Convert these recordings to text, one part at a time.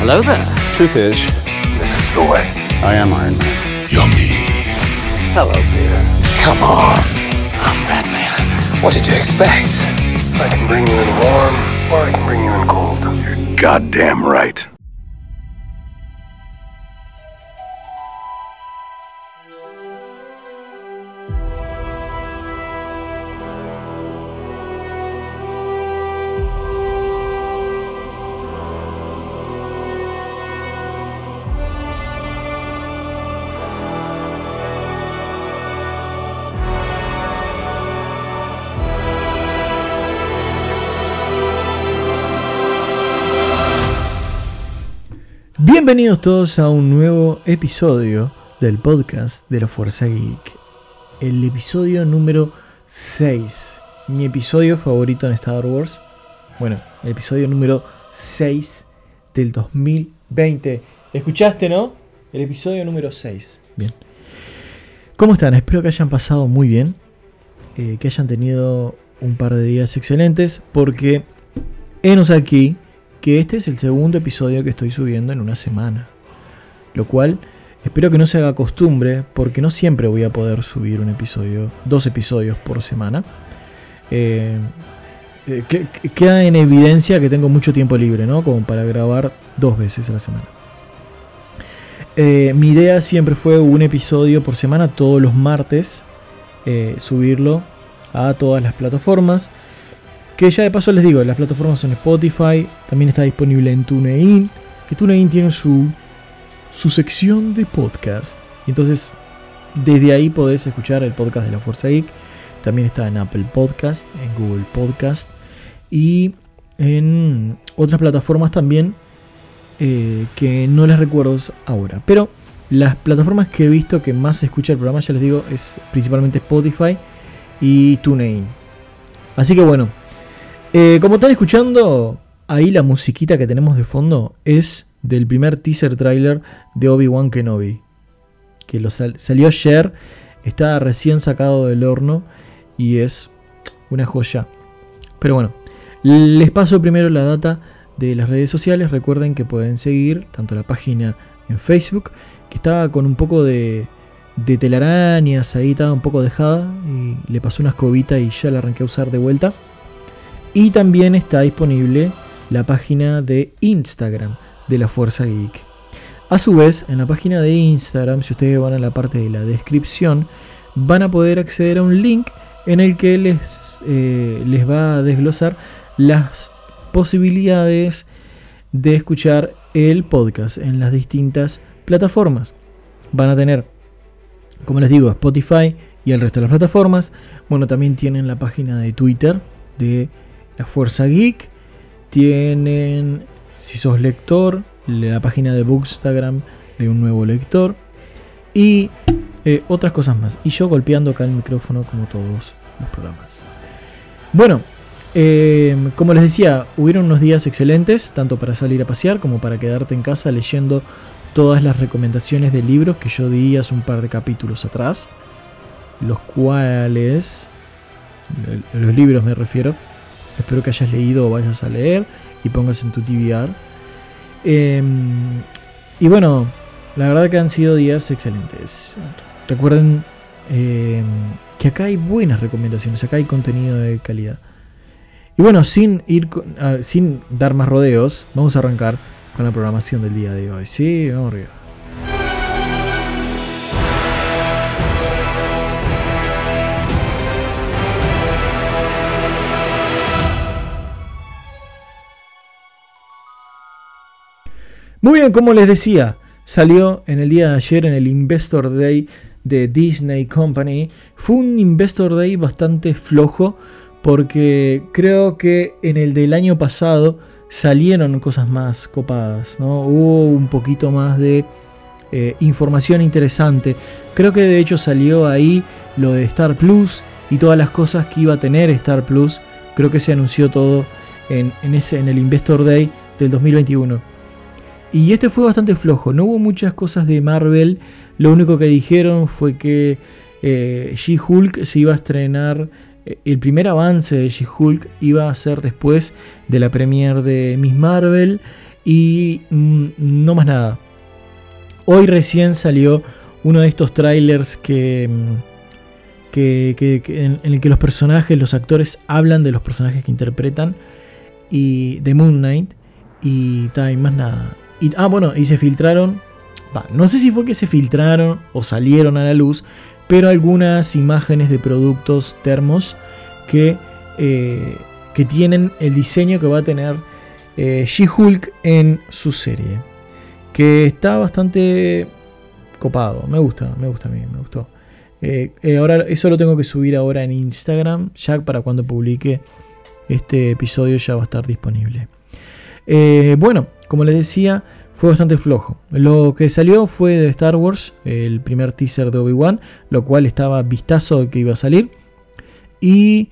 Hello there. Truth is, this is the way. I am Iron Man. Yummy. Hello, Peter. Come on. I'm Batman. What did you expect? I can bring you in warm, or I can bring you in cold. You're goddamn right. Bienvenidos todos a un nuevo episodio del podcast de la Fuerza Geek. El episodio número 6. Mi episodio favorito en Star Wars. Bueno, el episodio número 6 del 2020. ¿Escuchaste, no? El episodio número 6. Bien. ¿Cómo están? Espero que hayan pasado muy bien. Que hayan tenido un par de días excelentes. Porque enos aquí que este es el segundo episodio que estoy subiendo en una semana. Lo cual espero que no se haga costumbre, porque no siempre voy a poder subir un episodio, 2 episodios por semana. Queda en evidencia que tengo mucho tiempo libre, ¿no? Como para grabar 2 veces a la semana. Mi idea siempre fue un episodio por semana, todos los martes, subirlo a todas las plataformas. Que ya de paso les digo, las plataformas son Spotify, también está disponible en TuneIn, que TuneIn tiene su sección de podcast. Y entonces, desde ahí podés escuchar el podcast de la Fuerza Geek. También está en Apple Podcast, en Google Podcast y en otras plataformas también que no les recuerdo ahora. Pero las plataformas que he visto que más se escucha el programa, ya les digo, es principalmente Spotify y TuneIn. Así que bueno. Como están escuchando, ahí la musiquita que tenemos de fondo es del primer teaser trailer de Obi-Wan Kenobi. Que salió ayer, está recién sacado del horno y es una joya. Pero bueno, les paso primero la data de las redes sociales. Recuerden que pueden seguir tanto la página en Facebook, que estaba con un poco de telarañas, ahí estaba un poco dejada y le pasé una escobita y ya la arranqué a usar de vuelta. Y también está disponible la página de Instagram de la Fuerza Geek. A su vez, en la página de Instagram, si ustedes van a la parte de la descripción, van a poder acceder a un link en el que les va a desglosar las posibilidades de escuchar el podcast en las distintas plataformas. Van a tener, como les digo, Spotify y el resto de las plataformas. Bueno, también tienen la página de Twitter de la Fuerza Geek. Tienen, si sos lector, la página de Bookstagram de un nuevo lector. Y otras cosas más. Y yo golpeando acá el micrófono como todos los programas. Bueno, como les decía, hubieron unos días excelentes, tanto para salir a pasear como para quedarte en casa leyendo todas las recomendaciones de libros que yo di hace un par de capítulos atrás. Los cuales, los libros me refiero, espero que hayas leído o vayas a leer y pongas en tu TBR. Y bueno, la verdad que han sido días excelentes. Recuerden que acá hay buenas recomendaciones, acá hay contenido de calidad. Y bueno, sin dar más rodeos, vamos a arrancar con la programación del día de hoy. Sí, vamos arriba. Muy bien, como les decía, salió en el día de ayer en el Investor Day de Disney Company. Fue un Investor Day bastante flojo porque creo que en el del año pasado salieron cosas más copadas, ¿no? Hubo un poquito más de información interesante. Creo que de hecho salió ahí lo de Star Plus y todas las cosas que iba a tener Star Plus. Creo que se anunció todo en el Investor Day del 2021. Y este fue bastante flojo, no hubo muchas cosas de Marvel. Lo único que dijeron fue que She-Hulk se iba a estrenar. El primer avance de She-Hulk iba a ser después de la premiere de Miss Marvel. Y no más nada. Hoy recién salió uno de estos trailers en el que los personajes, los actores hablan de los personajes que interpretan y de Moon Knight y más nada. Y se filtraron, no sé si fue que se filtraron o salieron a la luz, pero algunas imágenes de productos termos que tienen el diseño que va a tener She-Hulk en su serie, que está bastante copado. Me gusta a mí, me gustó. Ahora eso lo tengo que subir ahora en Instagram, ya para cuando publique este episodio ya va a estar disponible. Bueno, como les decía, fue bastante flojo. Lo que salió fue de Star Wars, el primer teaser de Obi-Wan, lo cual estaba vistazo de que iba a salir. Y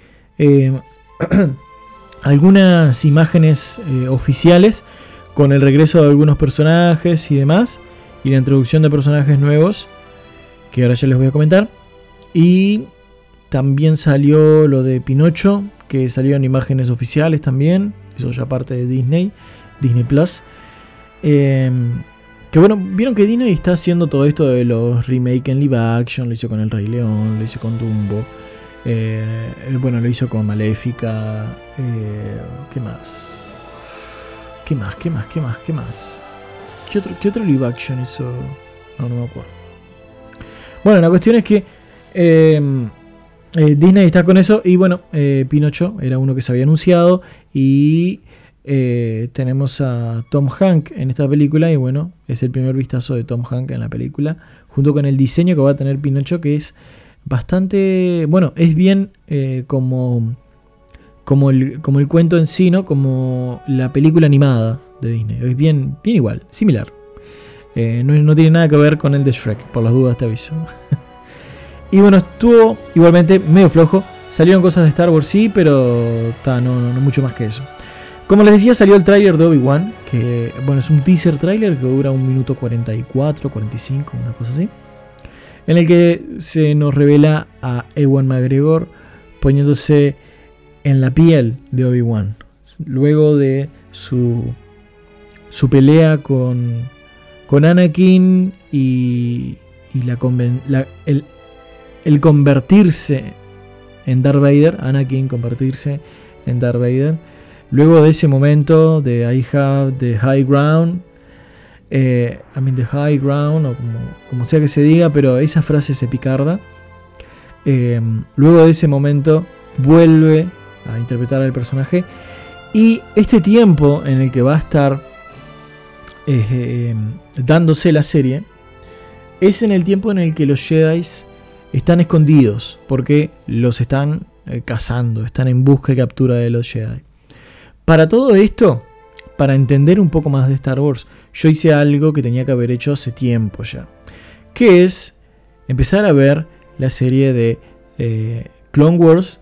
algunas imágenes oficiales con el regreso de algunos personajes y demás, y la introducción de personajes nuevos, que ahora ya les voy a comentar. Y también salió lo de Pinocho, que salieron imágenes oficiales también, eso ya parte de Disney Plus. Que bueno, vieron que Disney está haciendo todo esto de los remake en live action, lo hizo con El Rey León, lo hizo con Dumbo, bueno, lo hizo con Maléfica, ¿qué más? ¿Qué otro live action hizo? No me acuerdo. Bueno, la cuestión es que Disney está con eso. Y bueno, Pinocho era uno que se había anunciado. Y tenemos a Tom Hanks en esta película. Y bueno, es el primer vistazo de Tom Hanks en la película, junto con el diseño que va a tener Pinocho, que es bastante... Bueno, es bien como el cuento en sí, ¿no? Como la película animada de Disney. Es bien igual, similar. No tiene nada que ver con el de Shrek, por las dudas te aviso. Y bueno, estuvo igualmente medio flojo. Salieron cosas de Star Wars, sí, pero no mucho más que eso. Como les decía, salió el tráiler de Obi-Wan, que bueno, es un teaser tráiler que dura 1 minuto 44, 45, una cosa así, en el que se nos revela a Ewan McGregor poniéndose en la piel de Obi-Wan, luego de su pelea con Anakin y el convertirse en Darth Vader, Anakin convertirse en Darth Vader, luego de ese momento de I have the high ground, the high ground, o como sea que se diga, pero esa frase se picarda. Luego de ese momento vuelve a interpretar al personaje, y este tiempo en el que va a estar dándose la serie es en el tiempo en el que los Jedi están escondidos, porque los están cazando, están en busca y captura de los Jedi. Para todo esto, para entender un poco más de Star Wars, yo hice algo que tenía que haber hecho hace tiempo ya, que es empezar a ver la serie de Clone Wars,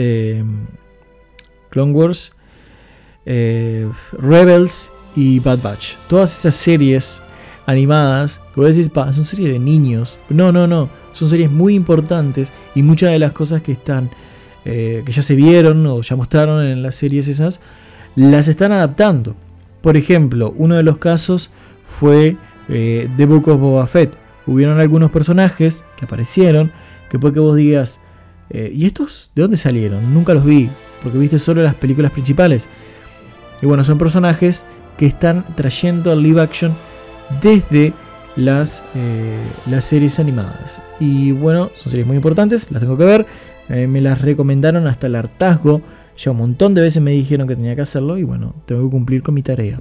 Rebels y Bad Batch. Todas esas series animadas que vos decís, son series de niños. No, son series muy importantes, y muchas de las cosas que están que ya se vieron o ya mostraron en las series esas, las están adaptando. Por ejemplo, uno de los casos fue The Book of Boba Fett. Hubieron algunos personajes que aparecieron que puede que vos digas, ¿y estos de dónde salieron? Nunca los vi, porque viste solo las películas principales. Y bueno, son personajes que están trayendo al live action desde las series animadas. Y bueno, son series muy importantes, las tengo que ver. Me las recomendaron hasta el hartazgo. Ya un montón de veces me dijeron que tenía que hacerlo, y bueno, tengo que cumplir con mi tarea.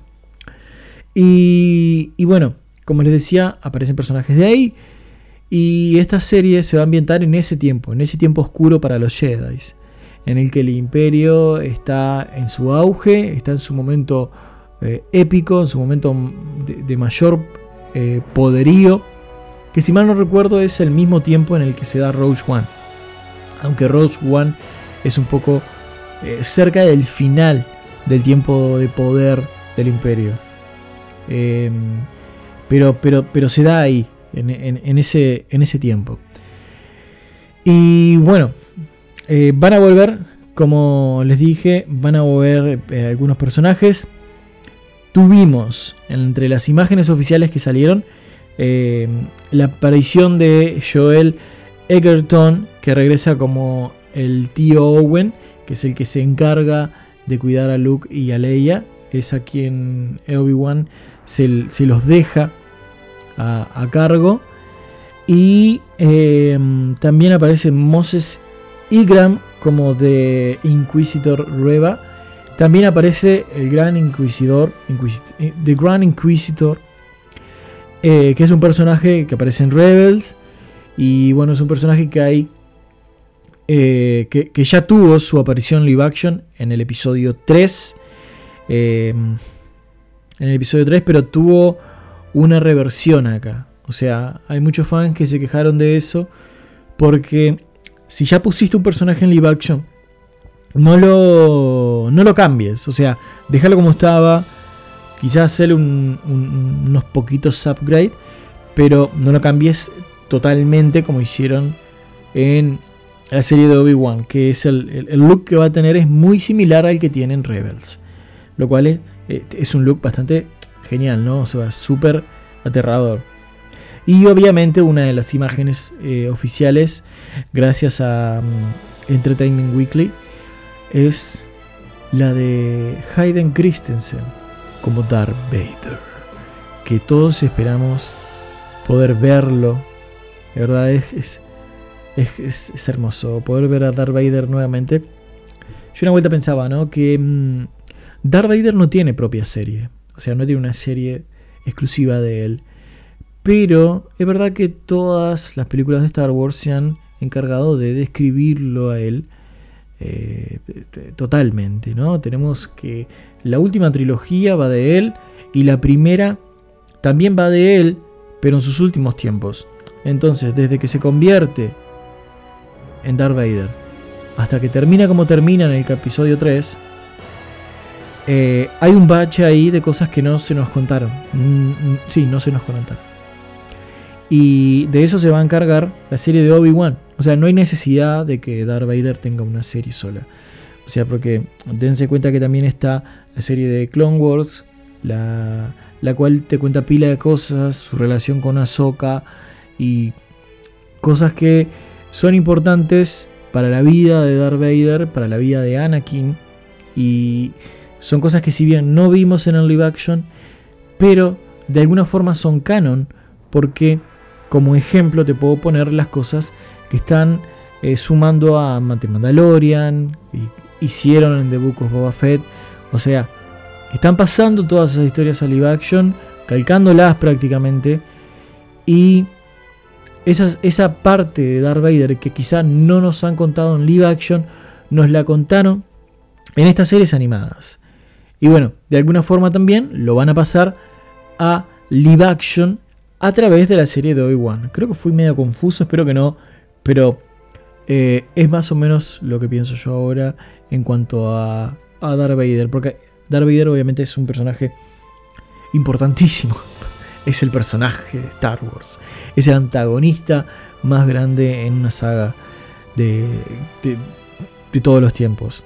Y bueno, como les decía, aparecen personajes de ahí. Y esta serie se va a ambientar en ese tiempo oscuro para los Jedi, en el que el Imperio está en su auge, está en su momento épico, en su momento de mayor poderío, que si mal no recuerdo es el mismo tiempo en el que se da Rogue One, aunque Rogue One es un poco cerca del final del tiempo de poder del Imperio, pero se da ahí, en ese tiempo. Y bueno, van a volver, como les dije, van a volver algunos personajes. tuvimos entre las imágenes oficiales que salieron la aparición de Joel Edgerton, que regresa como el tío Owen, que es el que se encarga de cuidar a Luke y a Leia. Es a quien Obi-Wan se los deja a cargo. Y también aparece Moses Ingram como The Inquisitor Reva. También aparece el Gran Inquisidor, The Grand Inquisitor, que es un personaje que aparece en Rebels. Y bueno, es un personaje que hay que ya tuvo su aparición live action en el episodio 3. Pero tuvo una reversión acá. O sea, hay muchos fans que se quejaron de eso, porque si ya pusiste un personaje en live action, no lo cambies. O sea, déjalo como estaba, quizás hacerle unos poquitos upgrade, pero no lo cambies totalmente como hicieron en la serie de Obi-Wan, que es el look que va a tener es muy similar al que tiene en Rebels, lo cual es un look bastante genial, ¿no? O sea, súper aterrador. Y obviamente una de las imágenes oficiales, gracias a Entertainment Weekly, es la de Hayden Christensen como Darth Vader, que todos esperamos poder verlo. De verdad es hermoso poder ver a Darth Vader nuevamente. Yo una vuelta pensaba, ¿no?, que Darth Vader no tiene propia serie, o sea, no tiene una serie exclusiva de él. Pero es verdad que todas las películas de Star Wars se han encargado de describirlo a él totalmente, ¿no? Tenemos que la última trilogía va de él y la primera también va de él, pero en sus últimos tiempos. Entonces, desde que se convierte en Darth Vader hasta que termina como termina en el episodio 3, hay un bache ahí de cosas que no se nos contaron. Sí, no se nos contaron. Y de eso se va a encargar la serie de Obi-Wan. O sea, no hay necesidad de que Darth Vader tenga una serie sola. O sea, porque dense cuenta que también está la serie de Clone Wars, la cual te cuenta pila de cosas, su relación con Ahsoka y cosas que son importantes para la vida de Darth Vader, para la vida de Anakin. Y son cosas que si bien no vimos en el live action, pero de alguna forma son canon, porque como ejemplo te puedo poner las cosas que están sumando a The Mandalorian, y hicieron en The Book of Boba Fett. O sea, están pasando todas esas historias a live action, calcándolas prácticamente, y esa parte de Darth Vader que quizá no nos han contado en live action, nos la contaron en estas series animadas. Y bueno, de alguna forma también lo van a pasar a live action a través de la serie de Obi-Wan. Creo que fui medio confuso, espero que no, pero es más o menos lo que pienso yo ahora en cuanto a Darth Vader, porque Darth Vader obviamente es un personaje importantísimo. Es el personaje de Star Wars, es el antagonista más grande en una saga de todos los tiempos.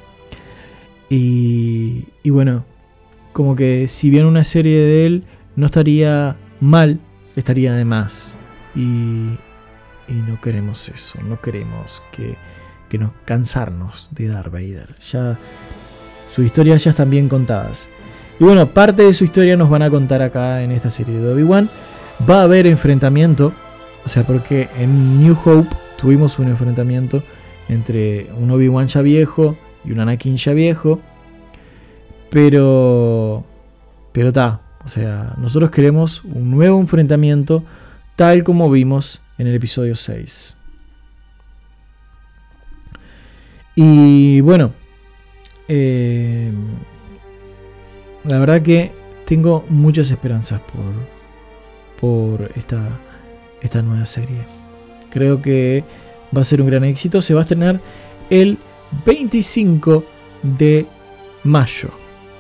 Y bueno, como que si bien una serie de él no estaría mal, estaría de más. Y no queremos eso, no queremos que nos cansarnos de Darth Vader. Ya sus historias ya están bien contadas. Y bueno, parte de su historia nos van a contar acá en esta serie de Obi-Wan. Va a haber enfrentamiento, o sea, porque en New Hope tuvimos un enfrentamiento entre un Obi-Wan ya viejo y un Anakin ya viejo. Pero está, o sea, nosotros queremos un nuevo enfrentamiento tal como vimos en el episodio 6. Y bueno, la verdad que tengo muchas esperanzas por esta nueva serie. Creo que va a ser un gran éxito. Se va a estrenar el 25 de mayo.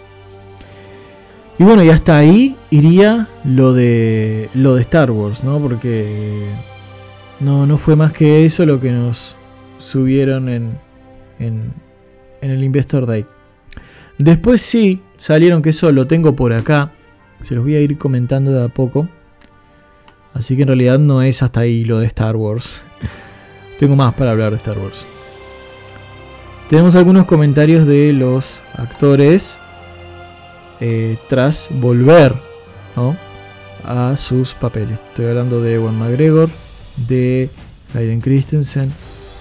Y bueno, y hasta ahí iría lo de Star Wars, ¿no? Porque no fue más que eso lo que nos subieron en el Investor Day. Después sí salieron, que eso lo tengo por acá, Se los voy a ir comentando de a poco. Así que en realidad no es hasta ahí lo de Star Wars. Tengo más para hablar de Star Wars. Tenemos algunos comentarios de los actores tras volver, ¿no?, a sus papeles. Estoy hablando de Ewan McGregor, de Hayden Christensen.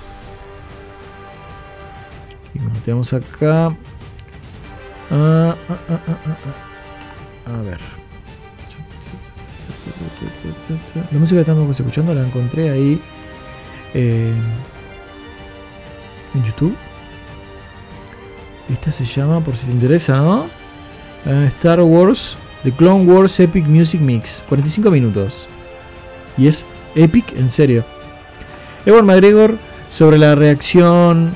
Y bueno, tenemos acá. A ver. La música que estamos escuchando la encontré ahí en YouTube. Esta se llama, por si te interesa, ¿no? Star Wars, The Clone Wars Epic Music Mix. 45 minutos. Y es epic, en serio. Ewan McGregor sobre la reacción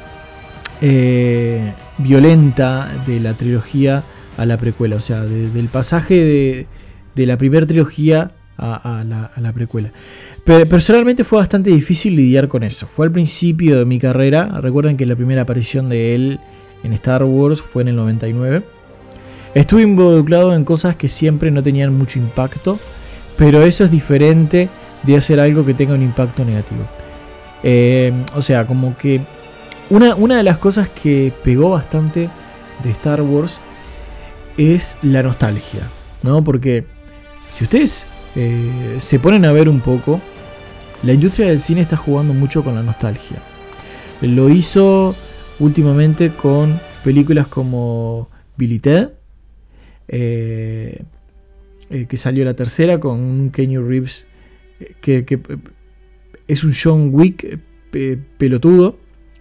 violenta de la trilogía a la precuela. O sea, del pasaje de la primera trilogía a la precuela. Pero personalmente fue bastante difícil lidiar con eso. Fue al principio de mi carrera. Recuerden que la primera aparición de él en Star Wars fue en el 99. Estuve involucrado en cosas que siempre no tenían mucho impacto, pero eso es diferente de hacer algo que tenga un impacto negativo. O sea, como que una de las cosas que pegó bastante de Star Wars es la nostalgia, ¿no? Porque si ustedes se ponen a ver un poco, la industria del cine está jugando mucho con la nostalgia. Lo hizo últimamente con películas como Bill y Ted, que salió la tercera con un Keanu Reeves que es un John Wick pelotudo.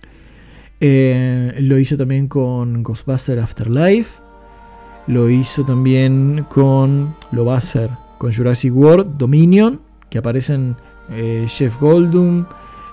Lo hizo también con Ghostbusters Afterlife. Lo hizo también lo va a hacer con Jurassic World Dominion, que aparecen Jeff Goldblum,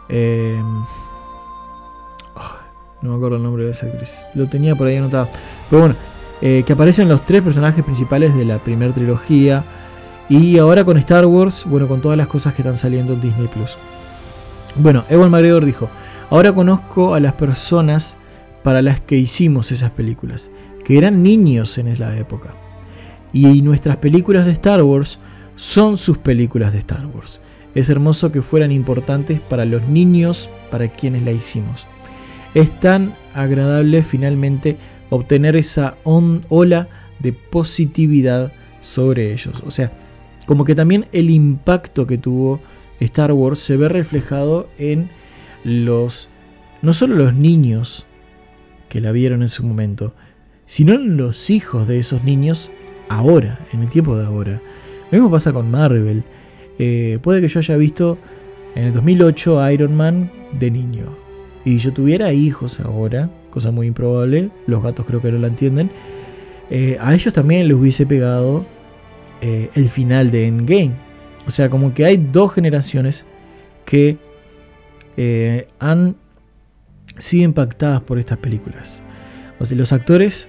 no me acuerdo el nombre de esa actriz, lo tenía por ahí anotado, pero bueno, que aparecen los tres personajes principales de la primera trilogía. Y ahora con Star Wars, bueno, con todas las cosas que están saliendo en Disney Plus. Bueno, Ewan McGregor dijo: ahora conozco a las personas para las que hicimos esas películas, que eran niños en esa época. Y nuestras películas de Star Wars son sus películas de Star Wars. Es hermoso que fueran importantes para los niños para quienes la hicimos. Es tan agradable finalmente obtener esa ola de positividad sobre ellos. O sea, como que también el impacto que tuvo Star Wars se ve reflejado en no solo los niños que la vieron en su momento, sino en los hijos de esos niños ahora, en el tiempo de ahora. Lo mismo pasa con Marvel. Puede que yo haya visto en el 2008 Iron Man de niño y yo tuviera hijos ahora, cosa muy improbable, los gatos creo que no la entienden. A ellos también les hubiese pegado el final de Endgame. O sea, como que hay dos generaciones que han sido impactadas por estas películas. O sea, los actores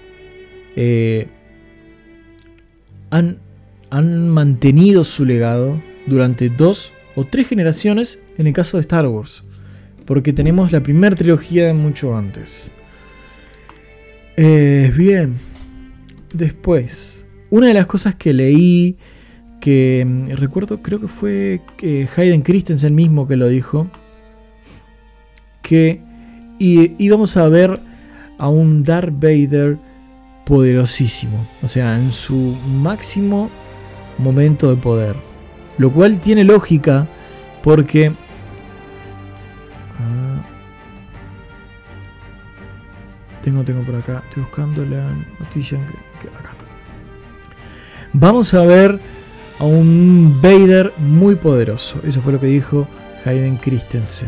han mantenido su legado durante 2 o 3 generaciones en el caso de Star Wars, porque tenemos la primera trilogía de mucho antes. Bien, después, una de las cosas que leí, que recuerdo, creo que fue Hayden Christensen mismo que lo dijo, que íbamos a ver a un Darth Vader poderosísimo, o sea, en su máximo momento de poder, lo cual tiene lógica porque tengo por acá, estoy buscando la noticia acá. Vamos a ver a un Vader muy poderoso, eso fue lo que dijo Hayden Christensen.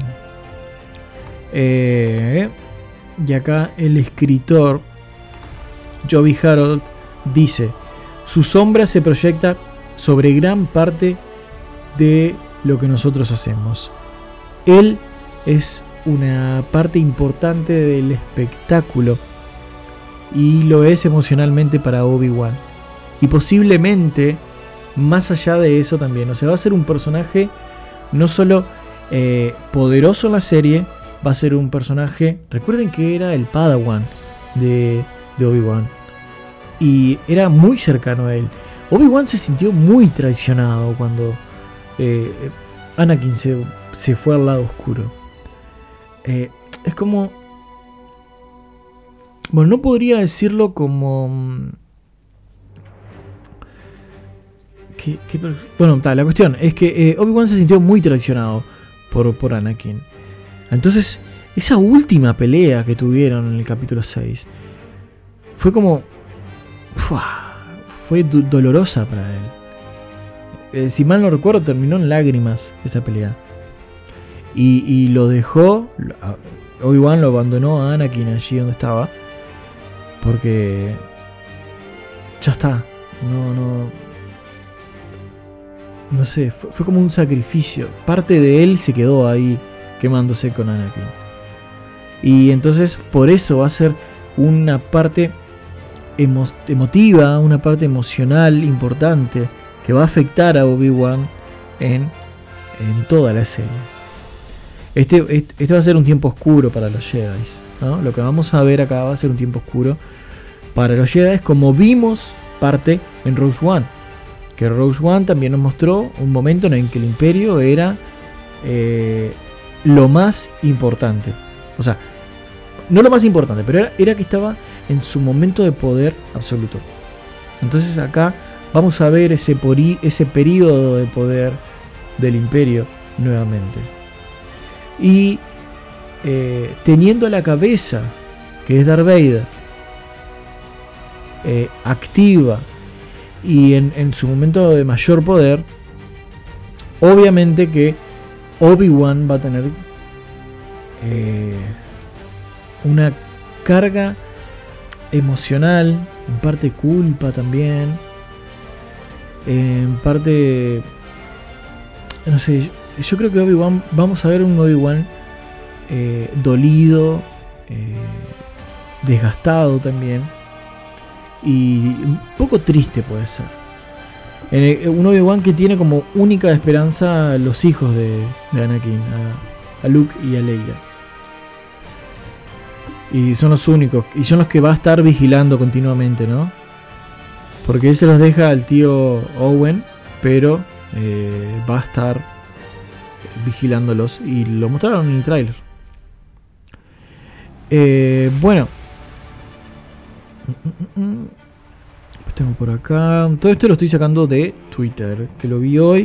Y acá el escritor Joby Harold dice: su sombra se proyecta sobre gran parte de lo que nosotros hacemos. Él es una parte importante del espectáculo y lo es emocionalmente para Obi-Wan. Y posiblemente más allá de eso también. O sea, va a ser un personaje no solo poderoso en la serie, va a ser un personaje... Recuerden que era el Padawan de Obi-Wan y era muy cercano a él. Obi-Wan se sintió muy traicionado cuando Anakin se fue al lado oscuro. Es como... Bueno, no podría decirlo como... Bueno, la cuestión es que Obi-Wan se sintió muy traicionado por Anakin. Entonces, esa última pelea que tuvieron en el capítulo 6 fue como... Fue dolorosa para él. Si mal no recuerdo, terminó en lágrimas esa pelea. Y lo dejó... Obi-Wan lo abandonó a Anakin allí donde estaba. Porque... ya está. No sé, fue como un sacrificio. Parte de él se quedó ahí quemándose con Anakin. Y entonces por eso va a ser una parte emotiva, una parte emocional importante que va a afectar a Obi-Wan en toda la serie. Este va a ser un tiempo oscuro para los Jedi, ¿no? Lo que vamos a ver acá va a ser un tiempo oscuro para los Jedi, como vimos parte en Rogue One. Que Rogue One también nos mostró un momento en el que el Imperio era lo más importante. O sea, no lo más importante, pero era que estaba en su momento de poder absoluto. Entonces acá vamos a ver ese periodo de poder del Imperio nuevamente. Y teniendo a la cabeza, que es Darth Vader, activa y en su momento de mayor poder, obviamente que Obi-Wan va a tener una carga emocional, en parte culpa también, en parte, no sé, yo creo que Obi-Wan, vamos a ver un Obi-Wan dolido, desgastado también, y un poco triste puede ser. Un Obi-Wan que tiene como única esperanza los hijos de Anakin, a Luke y a Leia. Y son los únicos, y son los que va a estar vigilando continuamente, ¿no? Porque él se los deja al tío Owen, pero va a estar vigilándolos, y lo mostraron en el tráiler. Bueno, pues tengo por acá, todo esto lo estoy sacando de Twitter, que lo vi hoy.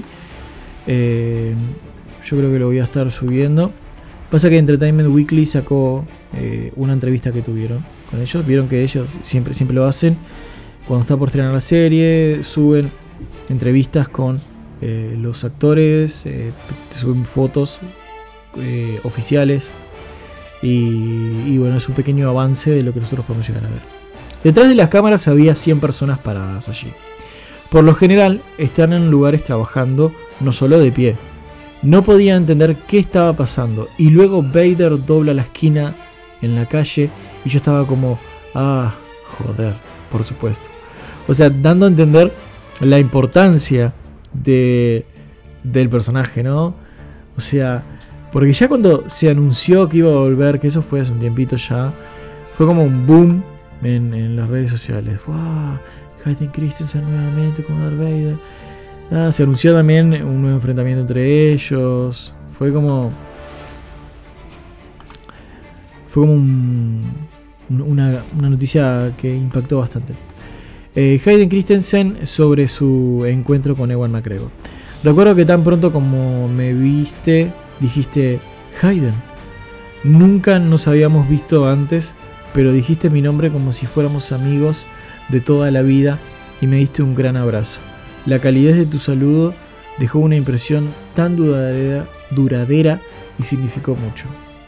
Yo creo que lo voy a estar subiendo. Pasa que Entertainment Weekly sacó una entrevista que tuvieron con ellos. Vieron que ellos siempre lo hacen. Cuando está por estrenar la serie, suben entrevistas con los actores, suben fotos oficiales. Y bueno, es un pequeño avance de lo que nosotros podemos llegar a ver. Detrás de las cámaras había 100 personas paradas allí. Por lo general, están en lugares trabajando, no solo de pie. No podía entender qué estaba pasando. Y luego Vader dobla la esquina en la calle y yo estaba como... joder, por supuesto. O sea, dando a entender la importancia del personaje, ¿no? O sea, porque ya cuando se anunció que iba a volver, que eso fue hace un tiempito ya, fue como un boom en las redes sociales. ¡Wow! Hayden Christensen nuevamente como Darth Vader. Se anunció también un nuevo enfrentamiento entre ellos. Fue como una noticia que impactó bastante. Hayden Christensen sobre su encuentro con Ewan McGregor. Recuerdo que tan pronto como me viste, dijiste: Hayden, nunca nos habíamos visto antes, pero dijiste mi nombre como si fuéramos amigos de toda la vida y me diste un gran abrazo. La calidez de tu saludo dejó una impresión tan duradera y significó mucho.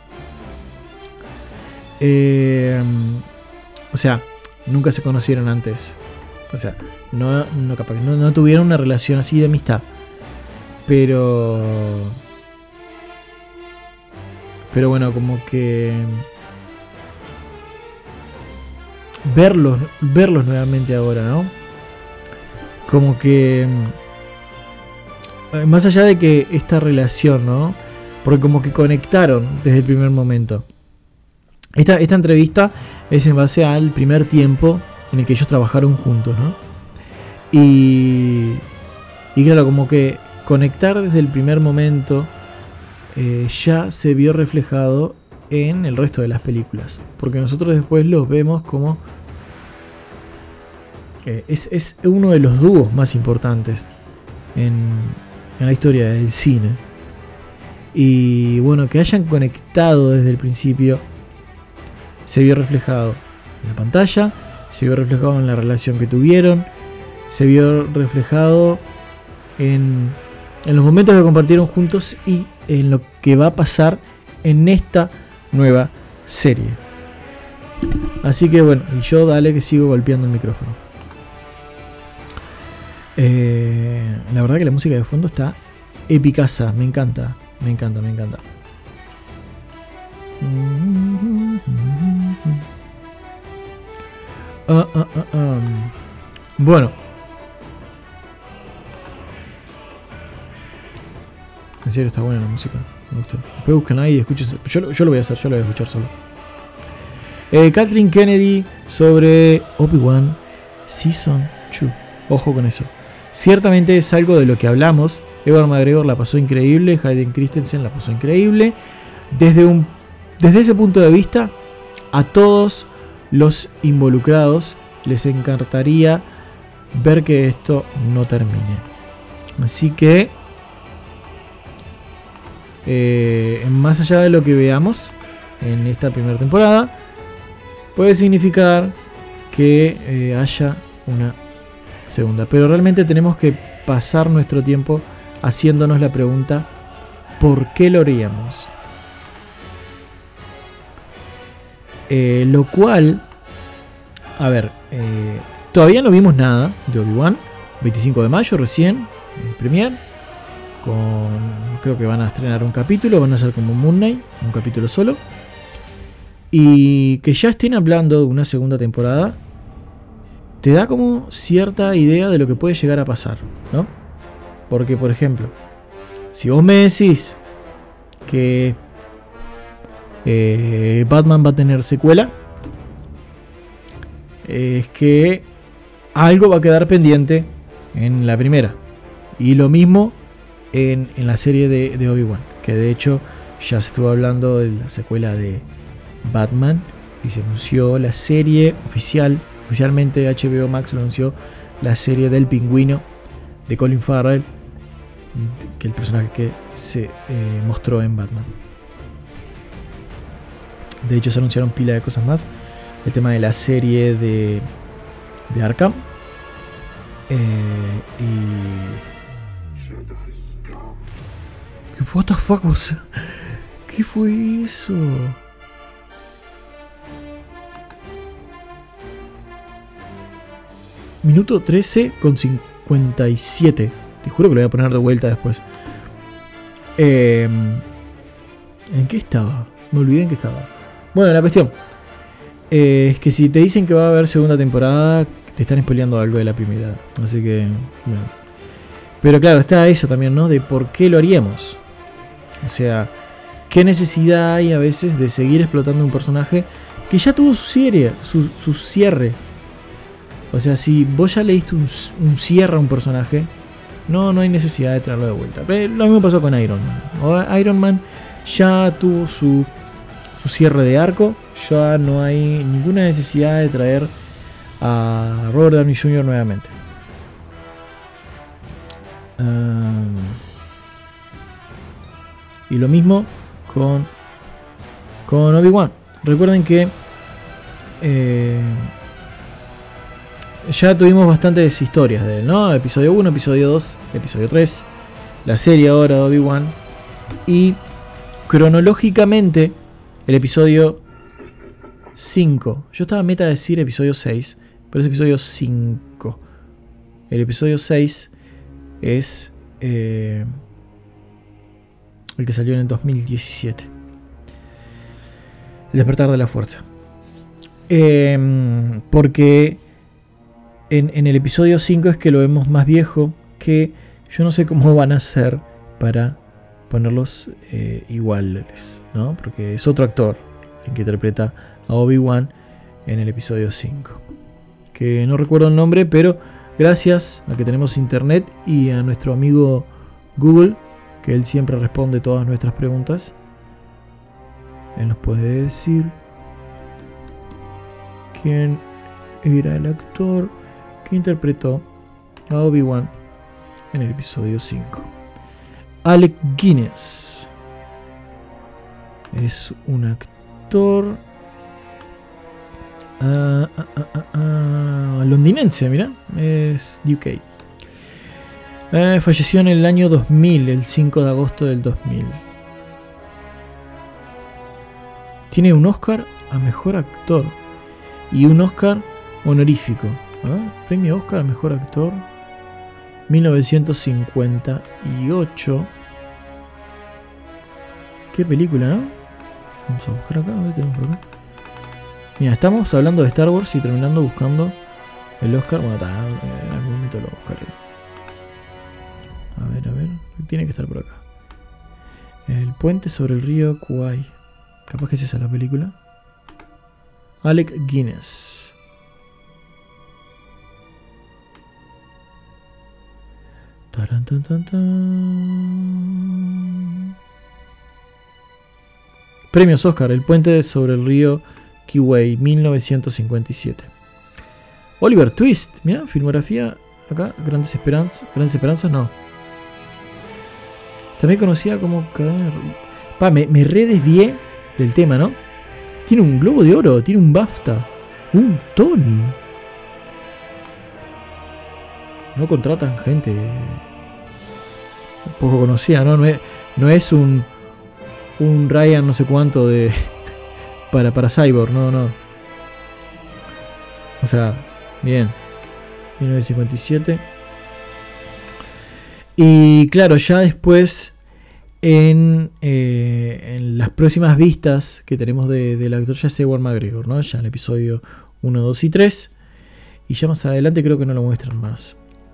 O sea, nunca se conocieron antes. O sea, capaz que no tuvieron una relación así de amistad. Pero bueno, como que verlos nuevamente ahora, ¿no? Como que más allá de que esta relación, ¿no? Porque como que conectaron desde el primer momento. Esta entrevista es en base al primer tiempo en el que ellos trabajaron juntos, ¿no? Y claro, como que conectar desde el primer momento ya se vio reflejado en el resto de las películas. Porque nosotros después los vemos como... es uno de los dúos más importantes en la historia del cine. Y bueno, que hayan conectado desde el principio se vio reflejado en la pantalla, se vio reflejado en la relación que tuvieron, se vio reflejado en los momentos que compartieron juntos y en lo que va a pasar en esta nueva serie. Así que bueno, y yo dale que sigo golpeando el micrófono. La verdad que la música de fondo está epicaza, me encanta. Bueno, en serio está buena la música, me gusta. Después busquen ahí y escuchen. Yo lo voy a hacer, yo lo voy a escuchar solo. Kathleen Kennedy sobre Obi-Wan Season 2. Ojo con eso. Ciertamente es algo de lo que hablamos. Ewan McGregor la pasó increíble, Hayden Christensen la pasó increíble. Desde ese punto de vista, a todos los involucrados les encantaría ver que esto no termine. Así que, más allá de lo que veamos en esta primera temporada, puede significar que haya una segunda. Pero realmente tenemos que pasar nuestro tiempo haciéndonos la pregunta: ¿por qué lo haríamos? Lo cual, a ver, todavía no vimos nada de Obi-Wan. 25 de mayo recién, en premier. Creo que van a estrenar un capítulo, van a ser como Moon Knight, un capítulo solo. Y que ya estén hablando de una segunda temporada, te da como cierta idea de lo que puede llegar a pasar, ¿no? Porque, por ejemplo, si vos me decís que Batman va a tener secuela, es que algo va a quedar pendiente en la primera. Y lo mismo en la serie de Obi-Wan, que de hecho ya se estuvo hablando de la secuela de Batman y se anunció la serie oficialmente HBO Max lo anunció, la serie del Pingüino de Colin Farrell, que el personaje que se mostró en Batman. De hecho se anunciaron pila de cosas más, el tema de la serie de Arkham what the fuck was that? ¿Qué fue eso? Minuto 13 con 57. Te juro que lo voy a poner de vuelta después. ¿En qué estaba? Me olvidé en qué estaba. Bueno, la cuestión es que si te dicen que va a haber segunda temporada, te están spoileando algo de la primera. Así que, bueno. Pero claro, está eso también, ¿no? De por qué lo haríamos. O sea, ¿qué necesidad hay a veces de seguir explotando un personaje que ya tuvo su cierre? O sea, si vos ya le diste un cierre a un personaje, no hay necesidad de traerlo de vuelta. Pero lo mismo pasó con Iron Man. Iron Man ya tuvo su cierre de arco. Ya no hay ninguna necesidad de traer a Robert Downey Jr. nuevamente. Y lo mismo con Obi-Wan. Recuerden que ya tuvimos bastantes historias de él, ¿no? Episodio 1, episodio 2, episodio 3, la serie ahora de Obi-Wan. Y cronológicamente, el episodio 5. Yo estaba meta de decir episodio 6, pero es episodio 5. El episodio 6 es el que salió en el 2017. El despertar de la fuerza. Porque en el episodio 5 es que lo vemos más viejo, que yo no sé cómo van a hacer para ponerlos iguales, ¿no? Porque es otro actor el que interpreta a Obi-Wan en el episodio 5. Que no recuerdo el nombre, pero Gracias a que tenemos internet y a nuestro amigo Google, que él siempre responde todas nuestras preguntas. Él nos puede decir quién era el actor que interpretó a Obi-Wan en el episodio 5. Alec Guinness es un actor londinense, mira, es de UK. Falleció en el año 2000, el 5 de agosto del 2000. Tiene un Oscar a Mejor Actor y un Oscar honorífico. Premio Oscar a Mejor Actor 1958. Qué película, ¿no? Vamos a buscar acá, a ver, tenemos por acá. Mira, estamos hablando de Star Wars y terminando buscando el Oscar. Bueno, en algún momento lo buscaré. A ver, tiene que estar por acá. El puente sobre el río Kwai. Capaz que es esa la película. Alec Guinness. Taran, tan, tan, tan. Premios Oscar, El puente sobre el río Kwai, 1957. Oliver Twist, mira, filmografía acá, Grandes Esperanzas, no. También conocida como me redesvié del tema, ¿no? Tiene un Globo de Oro, tiene un BAFTA, un Tony. No contratan gente poco conocida, ¿no? No es un Ryan no sé cuánto de para Cyborg, no. O sea, bien. 1957. Y claro, ya después en las próximas vistas que tenemos del actor ya es Ewan McGregor, ¿no? Ya en el episodio 1, 2 y 3. Y ya más adelante creo que no lo muestran más.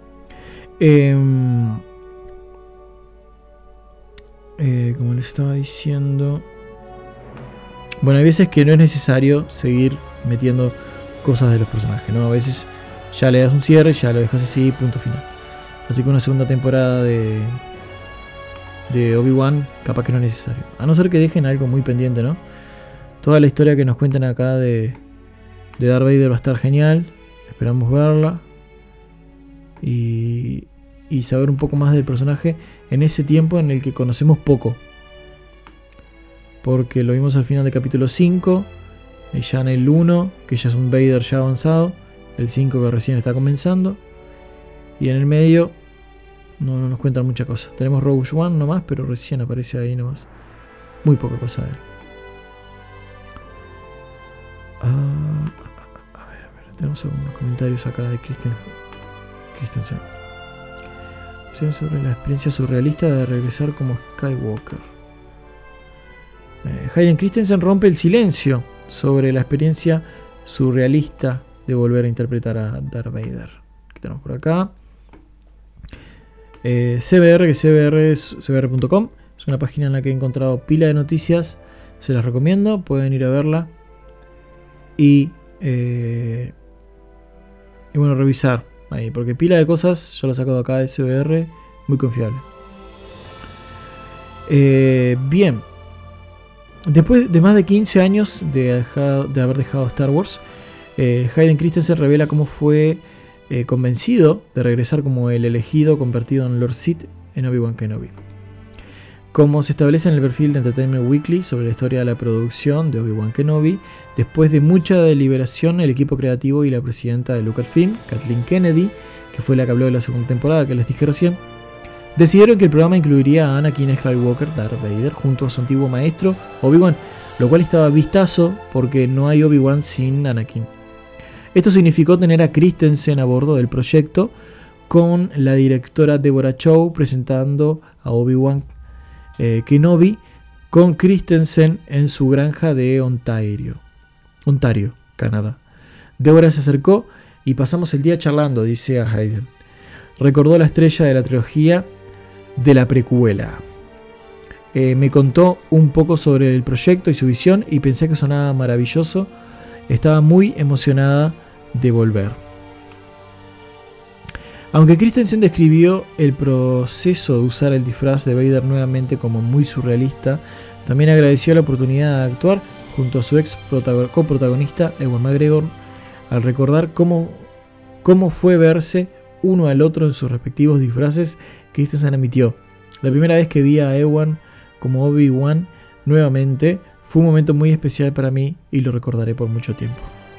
Como les estaba diciendo, bueno, hay veces que no es necesario seguir metiendo cosas de los personajes, ¿no? A veces ya le das un cierre, ya lo dejas así, punto final. Así que una segunda temporada de Obi-Wan capaz que no es necesario, a no ser que dejen algo muy pendiente, ¿no? Toda la historia que nos cuentan acá de Darth Vader va a estar genial. Esperamos verla y saber un poco más del personaje en ese tiempo en el que conocemos poco, porque lo vimos al final del capítulo 5, ya en el 1 que ya es un Vader ya avanzado, el 5 que recién está comenzando, y en el medio no nos cuentan mucha cosa. Tenemos Rogue One nomás, pero recién aparece ahí nomás, muy poca cosa de él. A ver, tenemos algunos comentarios acá de Christensen sobre la experiencia surrealista de regresar como Skywalker. Hayden Christensen rompe el silencio sobre la experiencia surrealista de volver a interpretar a Darth Vader. ¿Qué tenemos por acá? CBR, que es cbr.com, es una página en la que he encontrado pila de noticias, se las recomiendo, pueden ir a verla y bueno, revisar ahí, porque pila de cosas yo las saco de acá de CBR, muy confiable. Bien, después de más de 15 años de haber dejado Star Wars, Hayden Christensen revela cómo fue convencido de regresar como el elegido convertido en Lord Sith en Obi-Wan Kenobi. Como se establece en el perfil de Entertainment Weekly sobre la historia de la producción de Obi-Wan Kenobi, después de mucha deliberación, el equipo creativo y la presidenta de Lucasfilm, Kathleen Kennedy, que fue la que habló de la segunda temporada que les dije recién, decidieron que el programa incluiría a Anakin Skywalker, Darth Vader, junto a su antiguo maestro Obi-Wan, lo cual estaba vistazo porque no hay Obi-Wan sin Anakin. Esto significó tener a Christensen a bordo del proyecto, con la directora Deborah Chow presentando a Obi-Wan Kenobi con Christensen en su granja de Ontario, Canadá. Deborah se acercó y pasamos el día charlando, dice a Hayden. Recordó la estrella de la trilogía de la precuela. Me contó un poco sobre el proyecto y su visión y pensé que sonaba maravilloso. Estaba muy emocionada de volver. Aunque Christensen describió el proceso de usar el disfraz de Vader nuevamente como muy surrealista, también agradeció la oportunidad de actuar junto a su ex coprotagonista Ewan McGregor al recordar cómo fue verse uno al otro en sus respectivos disfraces. Christensen admitió: la primera vez que vi a Ewan como Obi-Wan nuevamente fue un momento muy especial para mí y lo recordaré por mucho tiempo.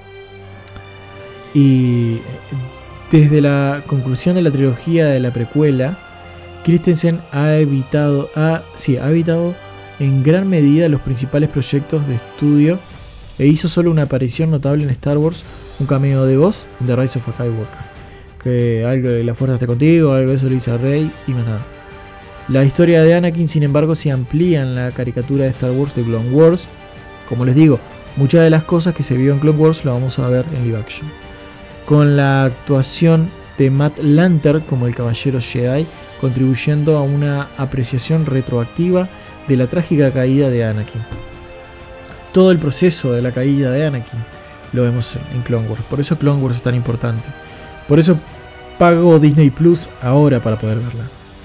Y desde la conclusión de la trilogía de la precuela, Christensen ha evitado en gran medida los principales proyectos de estudio e hizo solo una aparición notable en Star Wars, un cameo de voz en The Rise of Skywalker. Que algo de la fuerza está contigo, algo de eso lo hizo a Rey y más nada. La historia de Anakin, sin embargo, se amplía en la caricatura de Star Wars de Clone Wars. Como les digo, muchas de las cosas que se vio en Clone Wars las vamos a ver en live action, con la actuación de Matt Lanter como el Caballero Jedi, contribuyendo a una apreciación retroactiva de la trágica caída de Anakin. Todo el proceso de la caída de Anakin lo vemos en Clone Wars. Por eso Clone Wars es tan importante. Por eso pago Disney Plus ahora para poder verla.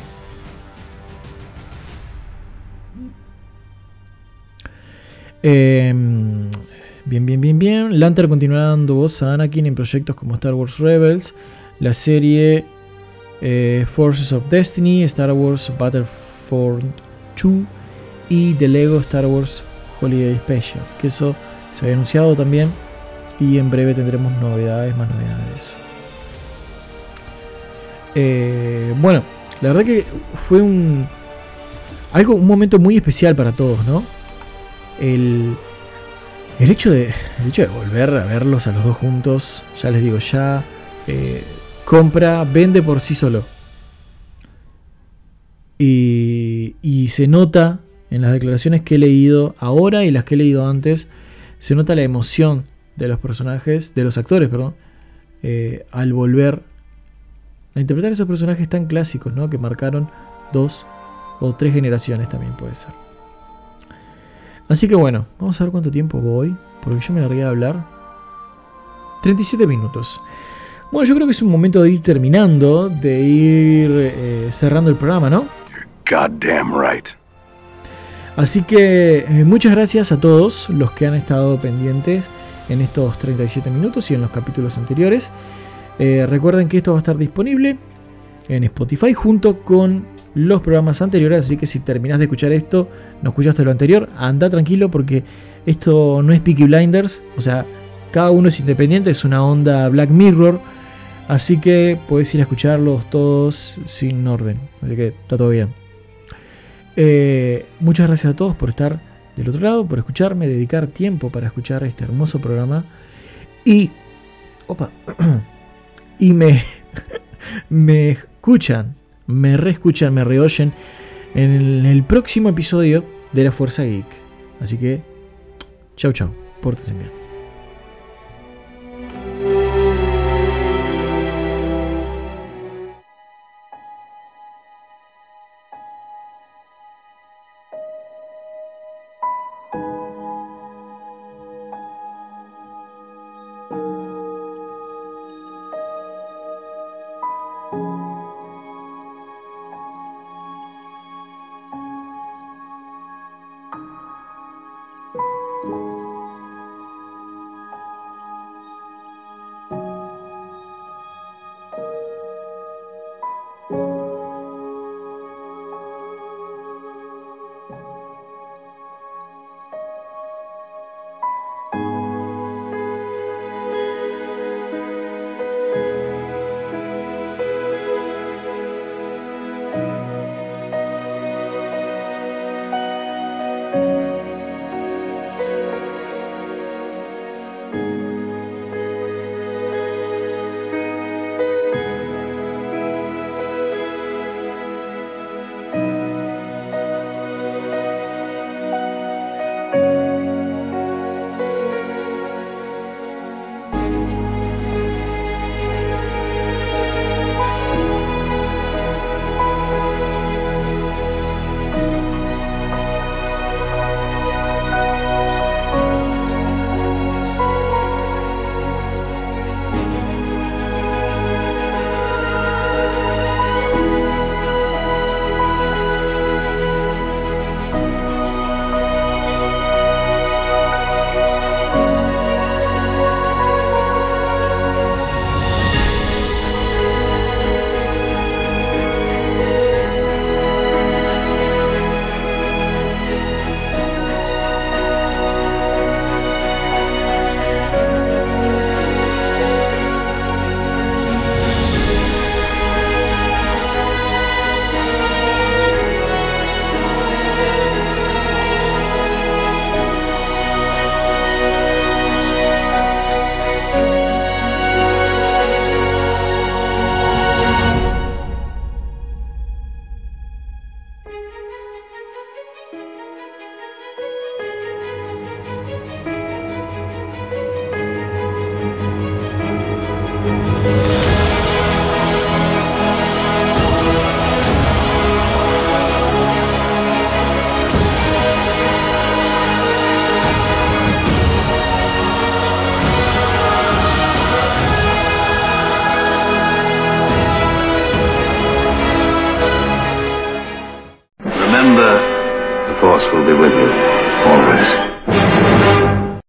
Bien. Lanter continuará dando voz a Anakin en proyectos como Star Wars Rebels, la serie Forces of Destiny, Star Wars Battlefront 2 y The Lego Star Wars Holiday Specials, que eso se había anunciado también y en breve tendremos más novedades. Bueno, la verdad que fue un momento muy especial para todos, ¿no? El hecho de volver a verlos a los dos juntos, ya les digo, vende por sí solo. Y se nota en las declaraciones que he leído ahora y las que he leído antes, se nota la emoción de los personajes, de los actores, perdón, al volver a interpretar esos personajes tan clásicos, ¿no? Que marcaron 2 o 3 generaciones también puede ser. Así que bueno, vamos a ver cuánto tiempo voy, porque yo me largué a hablar. 37 minutos. Bueno, yo creo que es un momento de ir terminando, de ir cerrando el programa, ¿no? You're goddamn right. Así que muchas gracias a todos los que han estado pendientes en estos 37 minutos y en los capítulos anteriores. Recuerden que esto va a estar disponible en Spotify junto con los programas anteriores, así que si terminás de escuchar esto, no escuchaste lo anterior, anda tranquilo porque esto no es Peaky Blinders, o sea, cada uno es independiente, es una onda Black Mirror, así que podés ir a escucharlos todos sin orden, así que está todo bien. Muchas gracias a todos por estar del otro lado, por escucharme, dedicar tiempo para escuchar este hermoso programa y me escuchan, me reescuchan, me reoyen en el próximo episodio de La Fuerza Geek. Así que, chau, pórtense bien. Force will be with you, always.